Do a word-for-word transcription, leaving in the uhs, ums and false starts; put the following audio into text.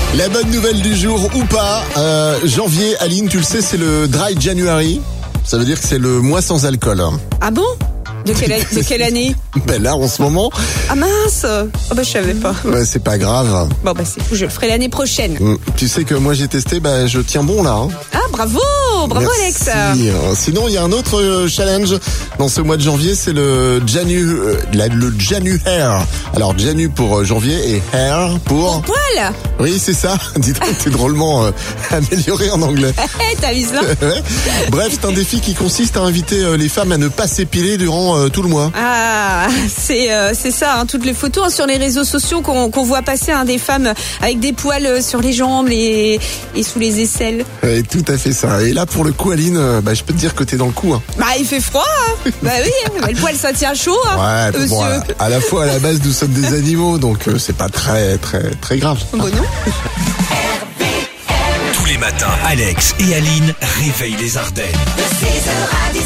La bonne nouvelle du jour ou pas, euh, janvier, Aline, tu le sais, c'est le Dry January. Ça veut dire que c'est le mois sans alcool. Ah bon ? De quelle, a- de quelle année ? Ben là, en ce moment, Ah mince ! Oh bah je savais pas. ouais, c'est pas grave. Bon bah c'est fou, je le ferai l'année prochaine. Mm. Tu sais que moi j'ai testé, ben je tiens bon là. Hein. Ah bravo, bravo Alex. Merci. Sinon, il y a un autre euh, challenge dans ce mois de janvier, c'est le Janu, euh, la- le Janu Hair. Alors Janu pour euh, janvier et Hair pour. Poil. Oui, c'est ça. Dis donc, t'es drôlement euh, amélioré en anglais. Eh, t'as vu ça ? Ouais. Bref, c'est un défi qui consiste à inviter euh, les femmes à ne pas s'épiler durant euh, tout le mois. Ah, c'est euh, c'est ça, hein, toutes les photos hein, sur les réseaux sociaux qu'on qu'on voit passer hein, des femmes avec des poils euh, sur les jambes les, et sous les aisselles. Ouais, tout à fait ça. Et là, pour le coup, Aline, euh, bah, je peux te dire que t'es dans le coup. Hein. Bah il fait froid, hein. Bah oui, hein, le poil ça tient chaud, hein, Ouais, monsieur. bon, à, à la fois à la base, nous sommes des animaux, donc euh, c'est pas très, très, très grave. Bon non. Tous les matins, Alex et Aline réveillent les Ardennes. De six heures à dix